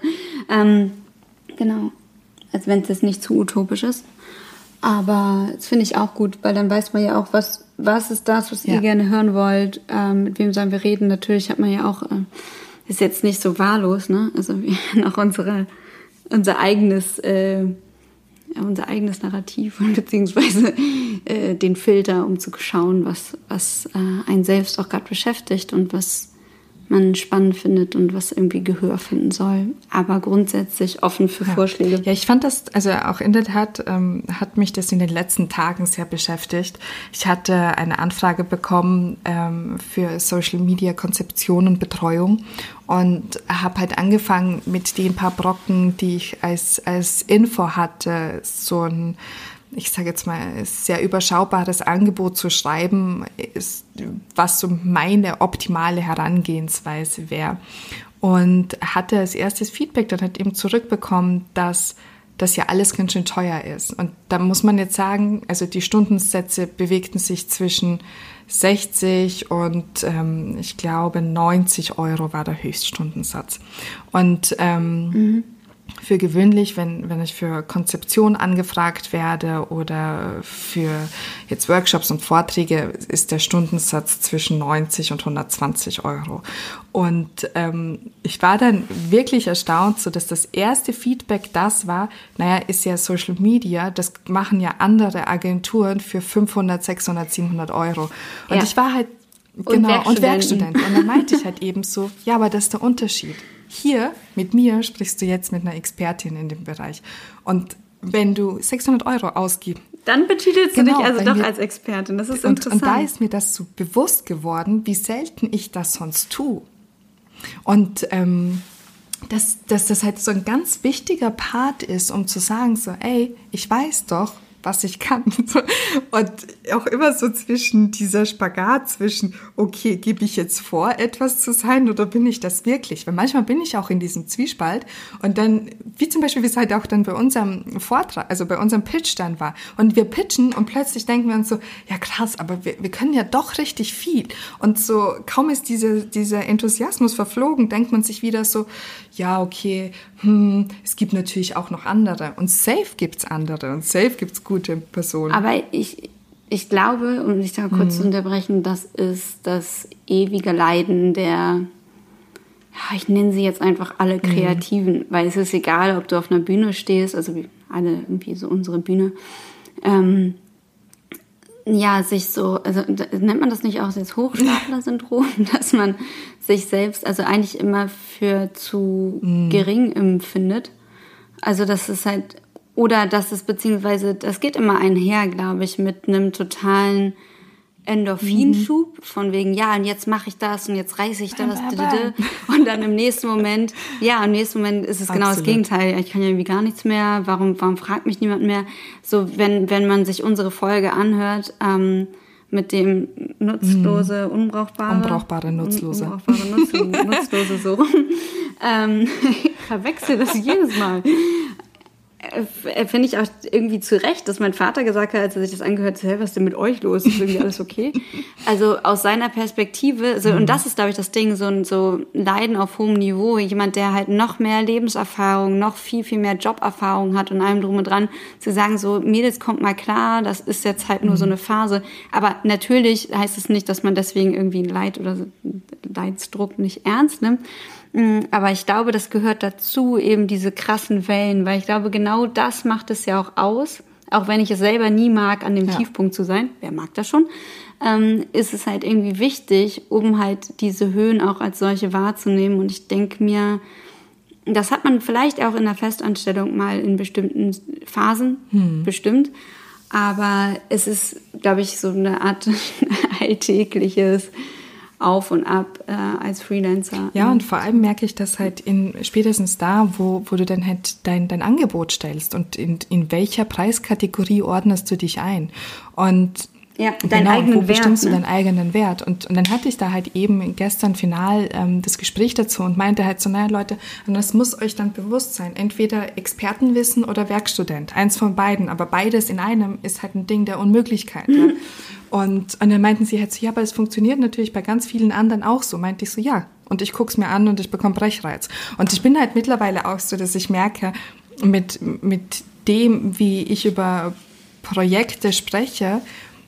Genau. Also wenn es jetzt nicht zu utopisch ist. Aber das finde ich auch gut, weil dann weiß man ja auch, was ist das, was ihr gerne hören wollt, mit wem sollen wir reden. Natürlich hat man ja auch, ist jetzt nicht so wahllos, ne? Also wir haben auch unser eigenes Narrativ und beziehungsweise den Filter, um zu schauen, was einen selbst auch gerade beschäftigt und was man spannend findet und was irgendwie Gehör finden soll. Aber grundsätzlich offen für Vorschläge. Ja, ich fand das, also auch in der Tat hat mich das in den letzten Tagen sehr beschäftigt. Ich hatte eine Anfrage bekommen für Social Media Konzeption und Betreuung und habe halt angefangen mit den paar Brocken, die ich als Info hatte, so ein, ich sage jetzt mal, sehr überschaubares Angebot zu schreiben, was so meine optimale Herangehensweise wäre. Und hatte als erstes Feedback dann halt eben zurückbekommen, dass das ja alles ganz schön teuer ist. Und da muss man jetzt sagen, also die Stundensätze bewegten sich zwischen 60 und ich glaube 90 € war der Höchststundensatz. Und für gewöhnlich, wenn ich für Konzeption angefragt werde oder für jetzt Workshops und Vorträge, ist der Stundensatz zwischen 90 und 120 Euro. Und ich war dann wirklich erstaunt, so dass das erste Feedback das war, naja, ist ja Social Media, das machen ja andere Agenturen für 500, 600, 700 Euro. Und ich war halt, genau, und Werkstudent. Und dann meinte ich halt eben so, ja, aber das ist der Unterschied. Hier mit mir sprichst du jetzt mit einer Expertin in dem Bereich. Und wenn du 600 Euro ausgibst, dann betitelst du dich also doch als Expertin. Das ist interessant. Und da ist mir das so bewusst geworden, wie selten ich das sonst tue. Und dass das halt so ein ganz wichtiger Part ist, um zu sagen so, ey, ich weiß doch, was ich kann. Und auch immer so zwischen dieser Spagat zwischen, okay, gebe ich jetzt vor, etwas zu sein oder bin ich das wirklich? Weil manchmal bin ich auch in diesem Zwiespalt und dann, wie zum Beispiel, wie es halt auch dann bei unserem Vortrag, also bei unserem Pitch dann war. Und wir pitchen und plötzlich denken wir uns so, ja krass, aber wir können ja doch richtig viel. Und so kaum ist dieser Enthusiasmus verflogen, denkt man sich wieder so, ja, okay, es gibt natürlich auch noch andere. Und safe gibt's andere und safe gibt's gute Personen. Aber ich glaube, um dich da kurz zu unterbrechen, das ist das ewige Leiden der, ja, ich nenne sie jetzt einfach alle Kreativen, weil es ist egal, ob du auf einer Bühne stehst, also alle irgendwie so unsere Bühne, ja, sich so, also nennt man das nicht auch jetzt Hochstapler-Syndrom, dass man sich selbst also eigentlich immer für zu gering empfindet. Also das ist halt, oder dass es beziehungsweise, das geht immer einher, glaube ich, mit einem totalen Endorphinschub von wegen, ja, und jetzt mache ich das und jetzt reiße ich das. Und dann im nächsten Moment, ist es genau das Gegenteil. Ich kann ja irgendwie gar nichts mehr. Warum fragt mich niemand mehr? So, wenn man sich unsere Folge anhört, mit dem nutzlose, unbrauchbare, nutzlose so rum. Ich verwechsel das jedes Mal. Finde ich auch irgendwie zu Recht, dass mein Vater gesagt hat, als er sich das angehört hat, hey, was ist denn mit euch los? Ist irgendwie alles okay? Also aus seiner Perspektive, so, und das ist, glaube ich, das Ding, so Leiden auf hohem Niveau, jemand, der halt noch mehr Lebenserfahrung, noch viel, viel mehr Joberfahrung hat und allem drum und dran, zu sagen, so, Mädels, kommt mal klar, das ist jetzt halt nur so eine Phase. Aber natürlich heißt es nicht, dass man deswegen irgendwie Leid oder Leidsdruck nicht ernst nimmt. Aber ich glaube, das gehört dazu, eben diese krassen Wellen, weil ich glaube, genau das macht es ja auch aus. Auch wenn ich es selber nie mag, an dem Tiefpunkt zu sein, wer mag das schon, ist es halt irgendwie wichtig, um halt diese Höhen auch als solche wahrzunehmen. Und ich denke mir, das hat man vielleicht auch in der Festanstellung mal in bestimmten Phasen, bestimmt. Aber es ist, glaube ich, so eine Art alltägliches Auf und ab als Freelancer. Ja, und vor allem merke ich das halt spätestens da, wo du dann halt dein Angebot stellst und in welcher Preiskategorie ordnest du dich ein. Und ja, deinen eigenen wo Wert, bestimmst du deinen eigenen Wert? Und dann hatte ich da halt eben gestern final das Gespräch dazu und meinte halt so, naja Leute, und das muss euch dann bewusst sein, entweder Expertenwissen oder Werkstudent, eins von beiden, aber beides in einem ist halt ein Ding der Unmöglichkeit. Ja? Und dann meinten sie halt so, ja, aber es funktioniert natürlich bei ganz vielen anderen auch so. Meinte ich so, ja. Und ich guck's mir an und ich bekomme Brechreiz. Und ich bin halt mittlerweile auch so, dass ich merke, mit dem, wie ich über Projekte spreche,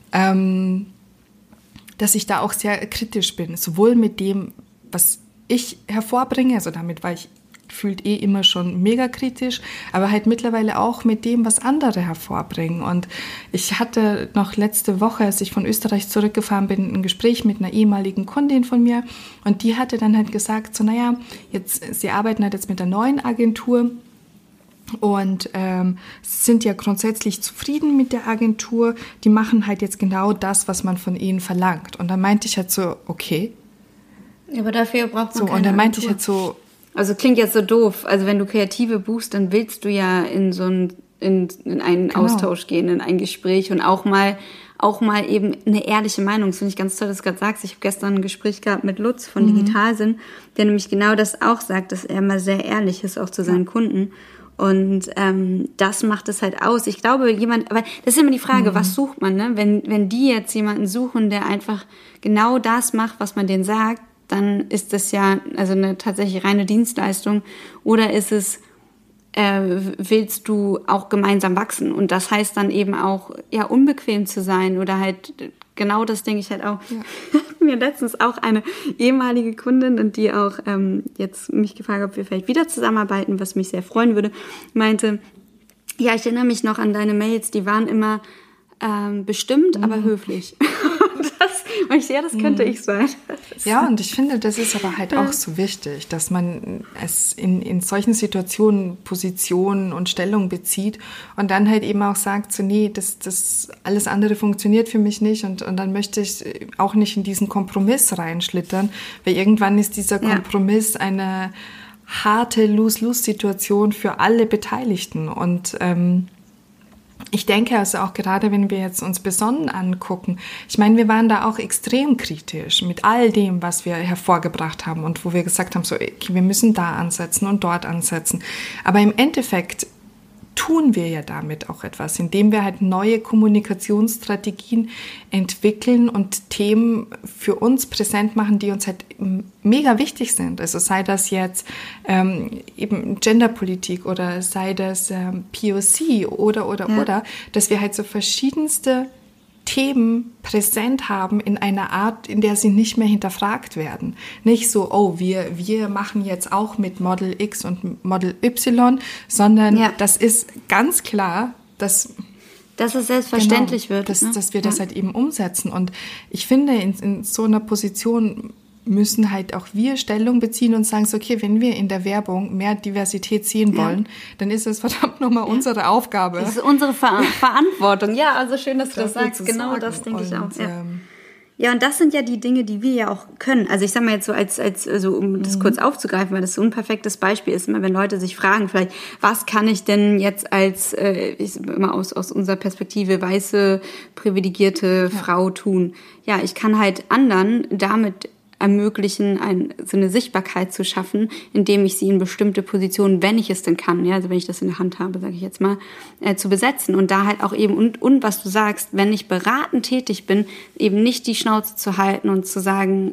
dass ich da auch sehr kritisch bin. Sowohl mit dem, was ich hervorbringe, also damit war ich gefühlt immer schon mega kritisch, aber halt mittlerweile auch mit dem, was andere hervorbringen. Und ich hatte noch letzte Woche, als ich von Österreich zurückgefahren bin, ein Gespräch mit einer ehemaligen Kundin von mir und die hatte dann halt gesagt, so naja, sie arbeiten halt jetzt mit der neuen Agentur und sind ja grundsätzlich zufrieden mit der Agentur, die machen halt jetzt genau das, was man von ihnen verlangt. Und dann meinte ich halt so, okay. Aber dafür braucht man so. Und dann meinte ich halt so, also klingt jetzt so doof. Also wenn du Kreative buchst, dann willst du ja in so einen Austausch gehen, in ein Gespräch und auch mal eben eine ehrliche Meinung. Das finde ich ganz toll, dass du gerade sagst. Ich habe gestern ein Gespräch gehabt mit Lutz von Digitalsinn, der nämlich genau das auch sagt, dass er mal sehr ehrlich ist, auch zu seinen Kunden. Und das macht es halt aus. Ich glaube, aber das ist immer die Frage, was sucht man, ne? Wenn die jetzt jemanden suchen, der einfach genau das macht, was man denen sagt, dann ist das ja also eine tatsächlich reine Dienstleistung. Oder ist es willst du auch gemeinsam wachsen. Und das heißt dann eben auch, ja, unbequem zu sein oder halt, genau das denke ich halt auch. Ja. Mir letztens auch eine ehemalige Kundin, und die auch jetzt mich gefragt hat, ob wir vielleicht wieder zusammenarbeiten, was mich sehr freuen würde, meinte, ja, ich erinnere mich noch an deine Mails, die waren immer bestimmt, aber höflich. Und ich sehe, das könnte ich sein. Ja, und ich finde, das ist aber halt auch so wichtig, dass man es in solchen Situationen Positionen und Stellung bezieht und dann halt eben auch sagt, so nee, das alles andere funktioniert für mich nicht und dann möchte ich auch nicht in diesen Kompromiss reinschlittern, weil irgendwann ist dieser Kompromiss eine harte Lose-Lose-Situation für alle Beteiligten und ich denke also auch gerade, wenn wir jetzt uns Besonnen angucken, ich meine, wir waren da auch extrem kritisch mit all dem, was wir hervorgebracht haben und wo wir gesagt haben, so, okay, wir müssen da ansetzen und dort ansetzen. Aber im Endeffekt tun wir ja damit auch etwas, indem wir halt neue Kommunikationsstrategien entwickeln und Themen für uns präsent machen, die uns halt mega wichtig sind. Also sei das jetzt eben Genderpolitik oder sei das POC oder, dass wir halt so verschiedenste Themen präsent haben in einer Art, in der sie nicht mehr hinterfragt werden. Nicht so, oh, wir machen jetzt auch mit Model X und Model Y, sondern das ist ganz klar, dass es selbstverständlich wird. Dass wir das halt eben umsetzen. Und ich finde, in so einer Position müssen halt auch wir Stellung beziehen und sagen, so, okay, wenn wir in der Werbung mehr Diversität sehen wollen, dann ist es verdammt nochmal unsere Aufgabe. Das ist unsere Verantwortung. Ja, also schön, dass du das sagst. Genau das denke ich auch. Ja, und das sind ja die Dinge, die wir ja auch können. Also ich sag mal jetzt so, also um das kurz aufzugreifen, weil das so ein perfektes Beispiel ist, immer wenn Leute sich fragen, vielleicht, was kann ich denn jetzt als, immer aus unserer Perspektive, weiße, privilegierte Frau tun? Ja, ich kann halt anderen damit ermöglichen, so eine Sichtbarkeit zu schaffen, indem ich sie in bestimmte Positionen, wenn ich es denn kann, ja, also wenn ich das in der Hand habe, sage ich jetzt mal, zu besetzen und da halt auch eben, und was du sagst, wenn ich beratend tätig bin, eben nicht die Schnauze zu halten und zu sagen,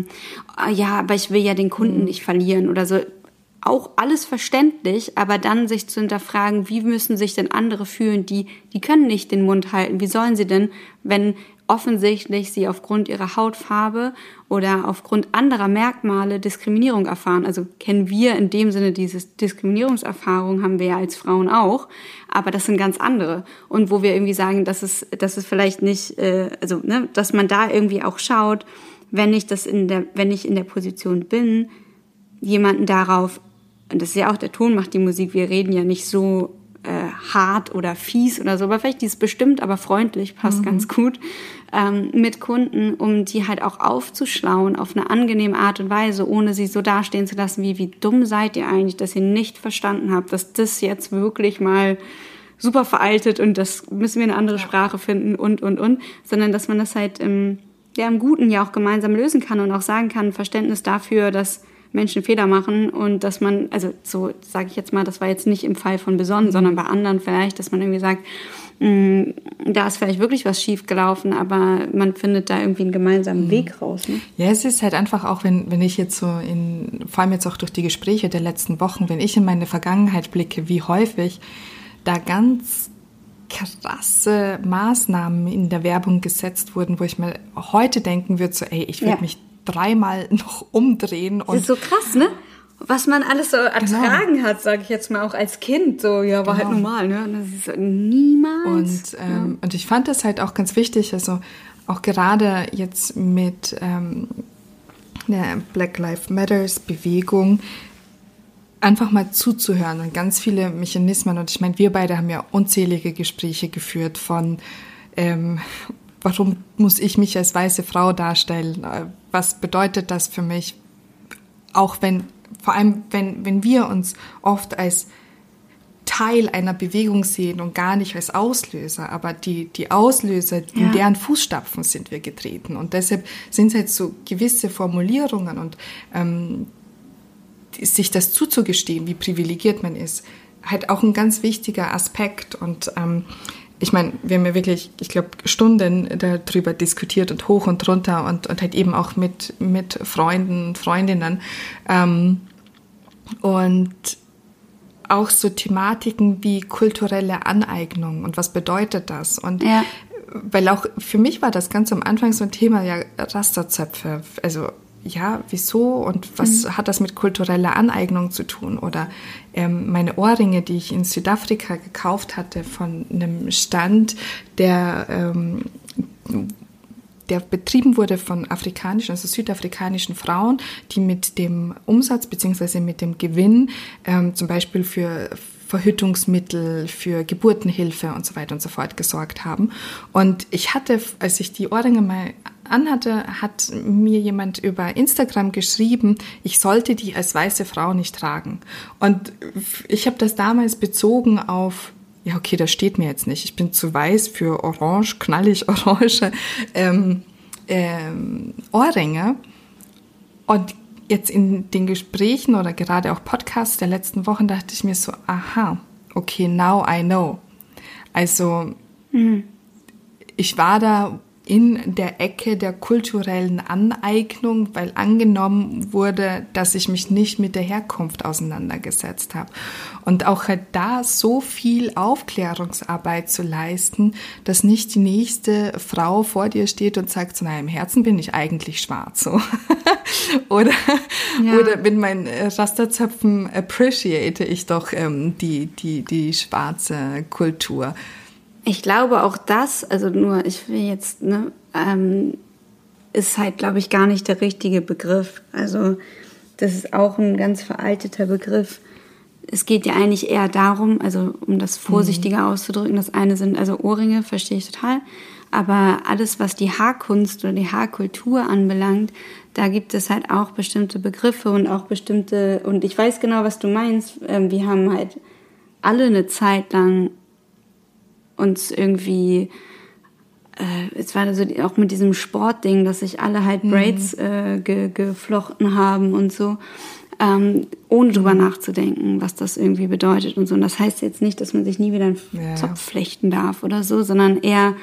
ja, aber ich will ja den Kunden nicht verlieren oder so, auch alles verständlich, aber dann sich zu hinterfragen, wie müssen sich denn andere fühlen, die können nicht den Mund halten, wie sollen sie denn, wenn offensichtlich sie aufgrund ihrer Hautfarbe oder aufgrund anderer Merkmale Diskriminierung erfahren. Also kennen wir in dem Sinne diese Diskriminierungserfahrung, haben wir ja als Frauen auch, aber das sind ganz andere. Und wo wir irgendwie sagen, dass es vielleicht nicht, dass man da irgendwie auch schaut, wenn ich in der Position bin, jemanden darauf, und das ist ja auch der Ton macht die Musik, wir reden ja nicht so hart oder fies oder so, aber vielleicht dieses bestimmt, aber freundlich passt ganz gut mit Kunden, um die halt auch aufzuschlauen auf eine angenehme Art und Weise, ohne sie so dastehen zu lassen, wie dumm seid ihr eigentlich, dass ihr nicht verstanden habt, dass das jetzt wirklich mal super veraltet und das müssen wir eine andere Sprache finden und, sondern dass man das halt im Guten ja auch gemeinsam lösen kann und auch sagen kann, Verständnis dafür, dass Menschen Fehler machen und dass man, also so sage ich jetzt mal, das war jetzt nicht im Fall von Besonnen, sondern bei anderen vielleicht, dass man irgendwie sagt, da ist vielleicht wirklich was schief gelaufen, aber man findet da irgendwie einen gemeinsamen Weg raus. Ne? Ja, es ist halt einfach auch, wenn ich jetzt so vor allem jetzt auch durch die Gespräche der letzten Wochen, wenn ich in meine Vergangenheit blicke, wie häufig da ganz krasse Maßnahmen in der Werbung gesetzt wurden, wo ich mir heute denken würde, so, ey, ich würde mich dreimal noch umdrehen. Das ist so krass, ne? Was man alles so ertragen hat, sage ich jetzt mal, auch als Kind. So, ja, war halt normal, ne? Und das ist so, niemals. Und ich fand das halt auch ganz wichtig, also auch gerade jetzt mit der Black Lives Matters Bewegung einfach mal zuzuhören und ganz viele Mechanismen. Und ich meine, wir beide haben ja unzählige Gespräche geführt von warum muss ich mich als weiße Frau darstellen? Was bedeutet das für mich? Vor allem, wenn wir uns oft als Teil einer Bewegung sehen und gar nicht als Auslöser, aber die Auslöser, in deren Fußstapfen sind wir getreten. Und deshalb sind es halt so gewisse Formulierungen und sich das zuzugestehen, wie privilegiert man ist, halt auch ein ganz wichtiger Aspekt. Und ich meine, wir haben ja wirklich, ich glaube, Stunden darüber diskutiert und hoch und runter und halt eben auch mit Freunden und Freundinnen. Und auch so Thematiken wie kulturelle Aneignung und was bedeutet das? Und weil auch für mich war das ganz am Anfang so ein Thema, ja, Rasterzöpfe, also ja, wieso und was hat das mit kultureller Aneignung zu tun? Oder meine Ohrringe, die ich in Südafrika gekauft hatte von einem Stand, der betrieben wurde von afrikanischen, also südafrikanischen Frauen, die mit dem Umsatz bzw. mit dem Gewinn zum Beispiel für Verhütungsmittel, für Geburtenhilfe und so weiter und so fort gesorgt haben. Und ich hatte, als ich die Ohrringe mal anhatte, hat mir jemand über Instagram geschrieben, ich sollte die als weiße Frau nicht tragen. Und ich habe das damals bezogen auf, ja okay, das steht mir jetzt nicht, ich bin zu weiß für orange, knallig orange Ohrringe. Und jetzt in den Gesprächen oder gerade auch Podcasts der letzten Wochen dachte ich mir so, aha, okay, now I know. Also ich war da in der Ecke der kulturellen Aneignung, weil angenommen wurde, dass ich mich nicht mit der Herkunft auseinandergesetzt habe. Und auch halt da so viel Aufklärungsarbeit zu leisten, dass nicht die nächste Frau vor dir steht und sagt, so, na, im Herzen bin ich eigentlich schwarz. So. oder mit meinen Rasterzöpfen appreciate ich doch die schwarze Kultur. Ich glaube auch das, also nur, ich will jetzt, ist halt, glaube ich, gar nicht der richtige Begriff. Also das ist auch ein ganz veralteter Begriff. Es geht ja eigentlich eher darum, also um das vorsichtiger auszudrücken, das eine sind, also Ohrringe, verstehe ich total, aber alles, was die Haarkunst oder die Haarkultur anbelangt, da gibt es halt auch bestimmte Begriffe und auch bestimmte, und ich weiß genau, was du meinst, wir haben halt alle eine Zeit lang uns irgendwie, es war also auch mit diesem Sportding, dass sich alle halt Braids geflochten haben und so, ohne drüber nachzudenken, was das irgendwie bedeutet und so. Und das heißt jetzt nicht, dass man sich nie wieder einen Zopf flechten darf oder so, sondern eher,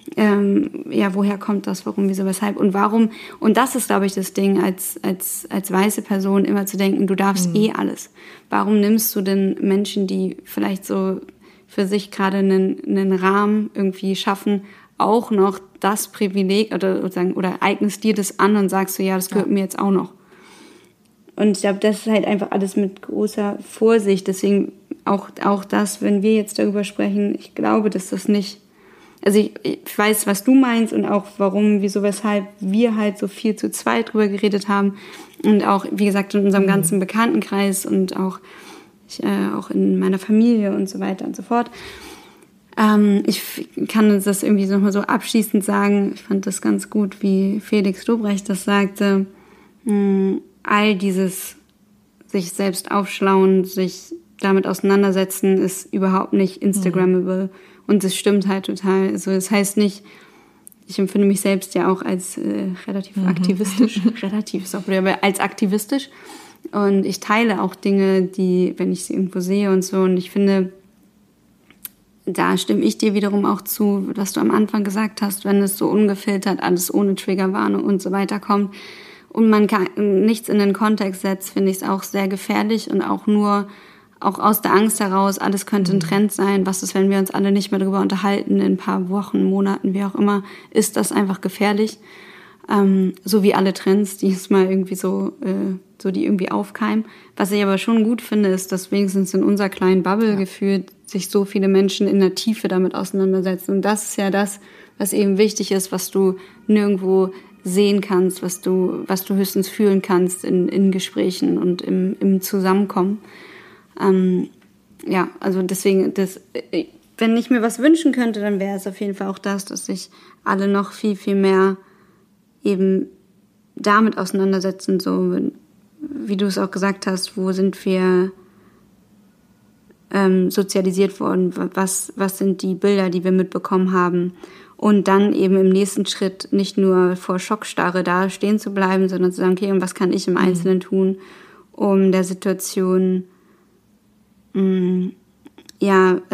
woher kommt das, warum, wieso, weshalb und warum. Und das ist, glaube ich, das Ding, als weiße Person immer zu denken, du darfst alles. Warum nimmst du denn Menschen, die vielleicht so für sich gerade einen Rahmen irgendwie schaffen, auch noch das Privileg oder eignest dir das an und sagst so, ja, das gehört mir jetzt auch noch. Und ich glaube, das ist halt einfach alles mit großer Vorsicht. Deswegen auch das, wenn wir jetzt darüber sprechen, ich glaube, dass das nicht, also ich weiß, was du meinst und auch warum, wieso, weshalb wir halt so viel zu zweit drüber geredet haben und auch, wie gesagt, in unserem ganzen Bekanntenkreis und auch in meiner Familie und so weiter und so fort. Ich kann das irgendwie nochmal so abschließend sagen, ich fand das ganz gut, wie Felix Lobrecht das sagte, all dieses sich selbst aufschlauen, sich damit auseinandersetzen, ist überhaupt nicht Instagrammable. Und das stimmt halt total. Also das heißt nicht, ich empfinde mich selbst ja auch als relativ aktivistisch, aber als aktivistisch. Und ich teile auch Dinge, die, wenn ich sie irgendwo sehe und so. Und ich finde, da stimme ich dir wiederum auch zu, was du am Anfang gesagt hast, wenn es so ungefiltert, alles ohne Triggerwarnung und so weiter kommt und man nichts in den Kontext setzt, finde ich es auch sehr gefährlich und auch aus der Angst heraus, alles könnte ein Trend sein. Was ist, wenn wir uns alle nicht mehr darüber unterhalten, in ein paar Wochen, Monaten, wie auch immer, ist das einfach gefährlich. So wie alle Trends, die es mal irgendwie die irgendwie aufkeimen. Was ich aber schon gut finde, ist, dass wenigstens in unserer kleinen Bubble gefühlt sich so viele Menschen in der Tiefe damit auseinandersetzen. Und das ist ja das, was eben wichtig ist, was du nirgendwo sehen kannst, was du höchstens fühlen kannst in Gesprächen und im Zusammenkommen. Also deswegen, wenn ich mir was wünschen könnte, dann wäre es auf jeden Fall auch das, dass sich alle noch viel, viel mehr eben damit auseinandersetzen, so wie du es auch gesagt hast, wo sind wir sozialisiert worden, was sind die Bilder, die wir mitbekommen haben und dann eben im nächsten Schritt nicht nur vor Schockstarre da stehen zu bleiben, sondern zu sagen, okay, und was kann ich im Einzelnen tun, um der Situation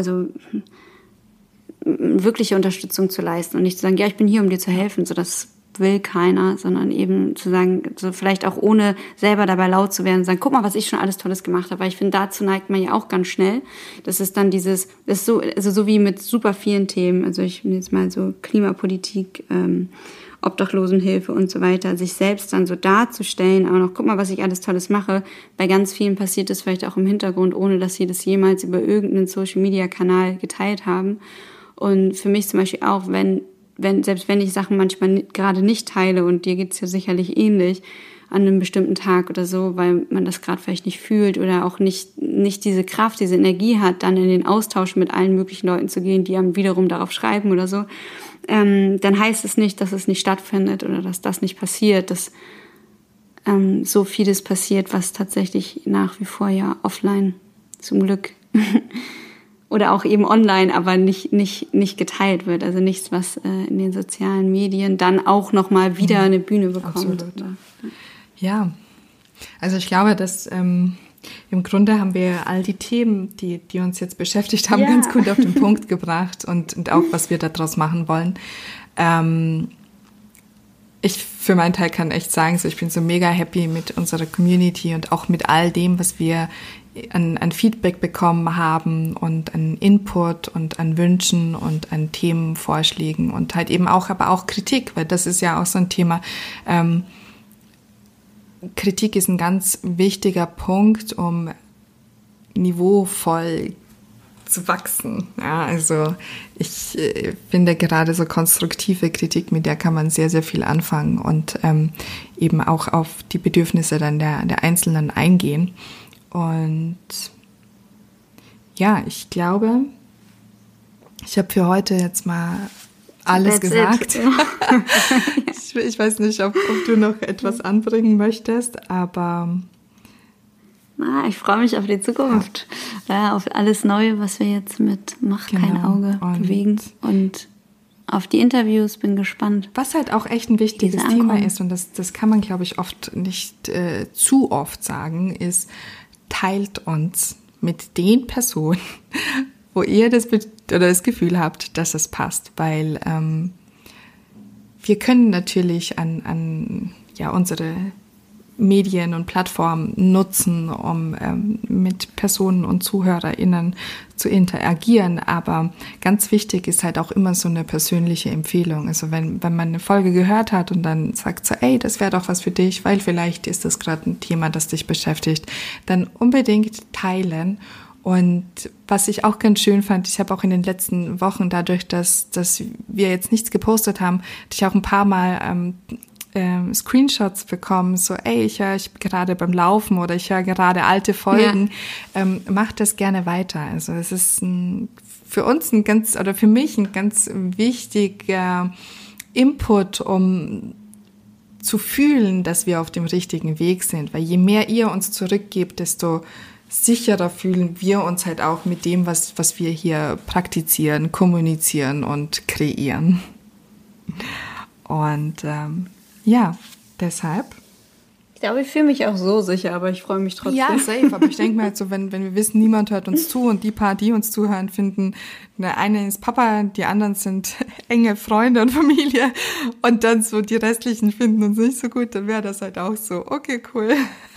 wirkliche Unterstützung zu leisten und nicht zu sagen, ja, ich bin hier, um dir zu helfen, so das will keiner, sondern eben zu sagen, so vielleicht auch ohne selber dabei laut zu werden, sagen, guck mal, was ich schon alles Tolles gemacht habe, weil ich finde, dazu neigt man ja auch ganz schnell. Das ist dann das ist so, also so wie mit super vielen Themen, also ich bin jetzt mal so Klimapolitik, Obdachlosenhilfe und so weiter, sich selbst dann so darzustellen, aber noch, guck mal, was ich alles Tolles mache. Bei ganz vielen passiert das vielleicht auch im Hintergrund, ohne dass sie das jemals über irgendeinen Social-Media-Kanal geteilt haben. Und für mich zum Beispiel auch, selbst wenn ich Sachen manchmal gerade nicht teile, und dir geht's ja sicherlich ähnlich, an einem bestimmten Tag oder so, weil man das gerade vielleicht nicht fühlt oder auch nicht diese Kraft, diese Energie hat, dann in den Austausch mit allen möglichen Leuten zu gehen, die einem wiederum darauf schreiben oder so, dann heißt es nicht, dass es nicht stattfindet oder dass das nicht passiert, dass so vieles passiert, was tatsächlich nach wie vor ja offline zum Glück oder auch eben online, aber nicht geteilt wird. Also nichts, was in den sozialen Medien dann auch nochmal wieder eine Bühne bekommt. Absolut. Ja, also ich glaube, dass im Grunde haben wir all die Themen, die uns jetzt beschäftigt haben, ganz gut auf den Punkt gebracht und auch, was wir daraus machen wollen. Ich für meinen Teil kann echt sagen, so ich bin so mega happy mit unserer Community und auch mit all dem, was wir an Feedback bekommen haben und an Input und an Wünschen und an Themenvorschlägen und halt eben auch, aber auch Kritik, weil das ist ja auch so ein Thema. Kritik ist ein ganz wichtiger Punkt, um niveauvoll zu wachsen. Ja, also ich finde gerade so konstruktive Kritik, mit der kann man sehr, sehr viel anfangen und eben auch auf die Bedürfnisse dann der Einzelnen eingehen. Und ja, ich glaube, ich habe für heute jetzt mal alles gesagt. Ich weiß nicht, ob du noch etwas anbringen möchtest, aber ich freue mich auf die Zukunft, auf alles Neue, was wir jetzt mit Mach kein Auge bewegen und auf die Interviews, bin gespannt. Was halt auch echt ein wichtiges Thema ist, und das kann man, glaube ich, oft nicht zu oft sagen, ist, teilt uns mit den Personen, wo ihr das Gefühl habt, dass es passt, weil wir können natürlich an unsere Medien und Plattformen nutzen, um mit Personen und ZuhörerInnen zu interagieren, aber ganz wichtig ist halt auch immer so eine persönliche Empfehlung. Also wenn man eine Folge gehört hat und dann sagt so, ey, das wäre doch was für dich, weil vielleicht ist das gerade ein Thema, das dich beschäftigt, dann unbedingt teilen. Und was ich auch ganz schön fand, ich habe auch in den letzten Wochen dadurch, dass wir jetzt nichts gepostet haben, hatte ich auch ein paar Mal Screenshots bekommen, so ey, ich höre gerade beim Laufen oder ich höre gerade alte Folgen, macht das gerne weiter. Also es ist für uns für mich ein ganz wichtiger Input, um zu fühlen, dass wir auf dem richtigen Weg sind, weil je mehr ihr uns zurückgebt, desto sicherer fühlen wir uns halt auch mit dem, was wir hier praktizieren, kommunizieren und kreieren. Und deshalb. Ich glaube, ich fühle mich auch so sicher, aber ich freue mich trotzdem. Ja, safe. Aber ich denke mir halt so, wenn wir wissen, niemand hört uns zu und die paar, die uns zuhören, finden, der eine ist Papa, die anderen sind enge Freunde und Familie und dann so die restlichen finden uns nicht so gut, dann wäre das halt auch so, okay, cool.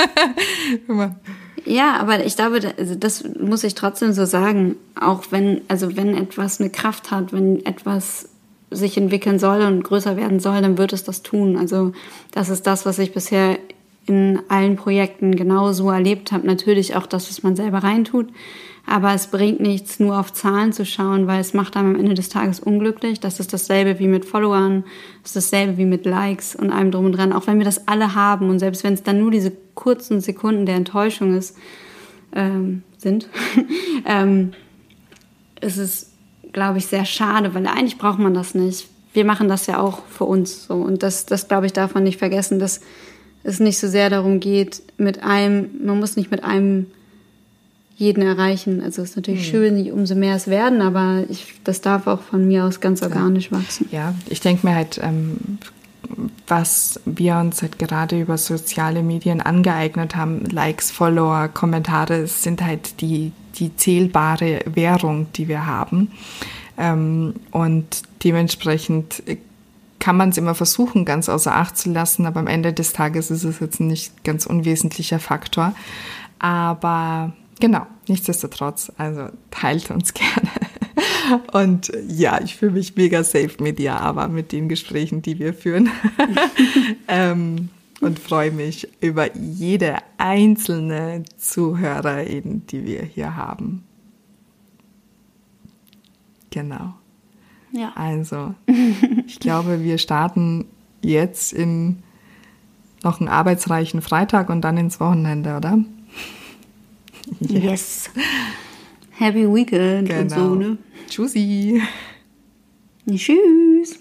Ja, aber ich glaube, das muss ich trotzdem so sagen, auch wenn etwas eine Kraft hat, wenn etwas sich entwickeln soll und größer werden soll, dann wird es das tun. Also das ist das, was ich bisher in allen Projekten genauso erlebt habe. Natürlich auch das, was man selber reintut. Aber es bringt nichts, nur auf Zahlen zu schauen, weil es macht einem am Ende des Tages unglücklich. Das ist dasselbe wie mit Followern, das ist dasselbe wie mit Likes und allem drum und dran. Auch wenn wir das alle haben und selbst wenn es dann nur diese kurzen Sekunden der Enttäuschung sind, ist es, glaube ich, sehr schade, weil eigentlich braucht man das nicht. Wir machen das ja auch für uns so. Und das glaube ich, darf man nicht vergessen, dass es nicht so sehr darum geht, man muss nicht mit einem jeden erreichen. Also es ist natürlich schön, umso mehr es werden, aber das darf auch von mir aus ganz organisch wachsen. Ja, ich denke mir halt, was wir uns halt gerade über soziale Medien angeeignet haben, Likes, Follower, Kommentare, sind halt die zählbare Währung, die wir haben. Und dementsprechend kann man es immer versuchen, ganz außer Acht zu lassen, aber am Ende des Tages ist es jetzt ein nicht ganz unwesentlicher Faktor. Aber genau, nichtsdestotrotz, also teilt uns gerne. Und ja, ich fühle mich mega safe mit dir, aber mit den Gesprächen, die wir führen. Und freue mich über jede einzelne Zuhörerin, die wir hier haben. Genau. Ja. Also, ich glaube, wir starten jetzt in noch einen arbeitsreichen Freitag und dann ins Wochenende, oder? Yes. Happy Weekend und so, ne? Tschüssi. Tschüss.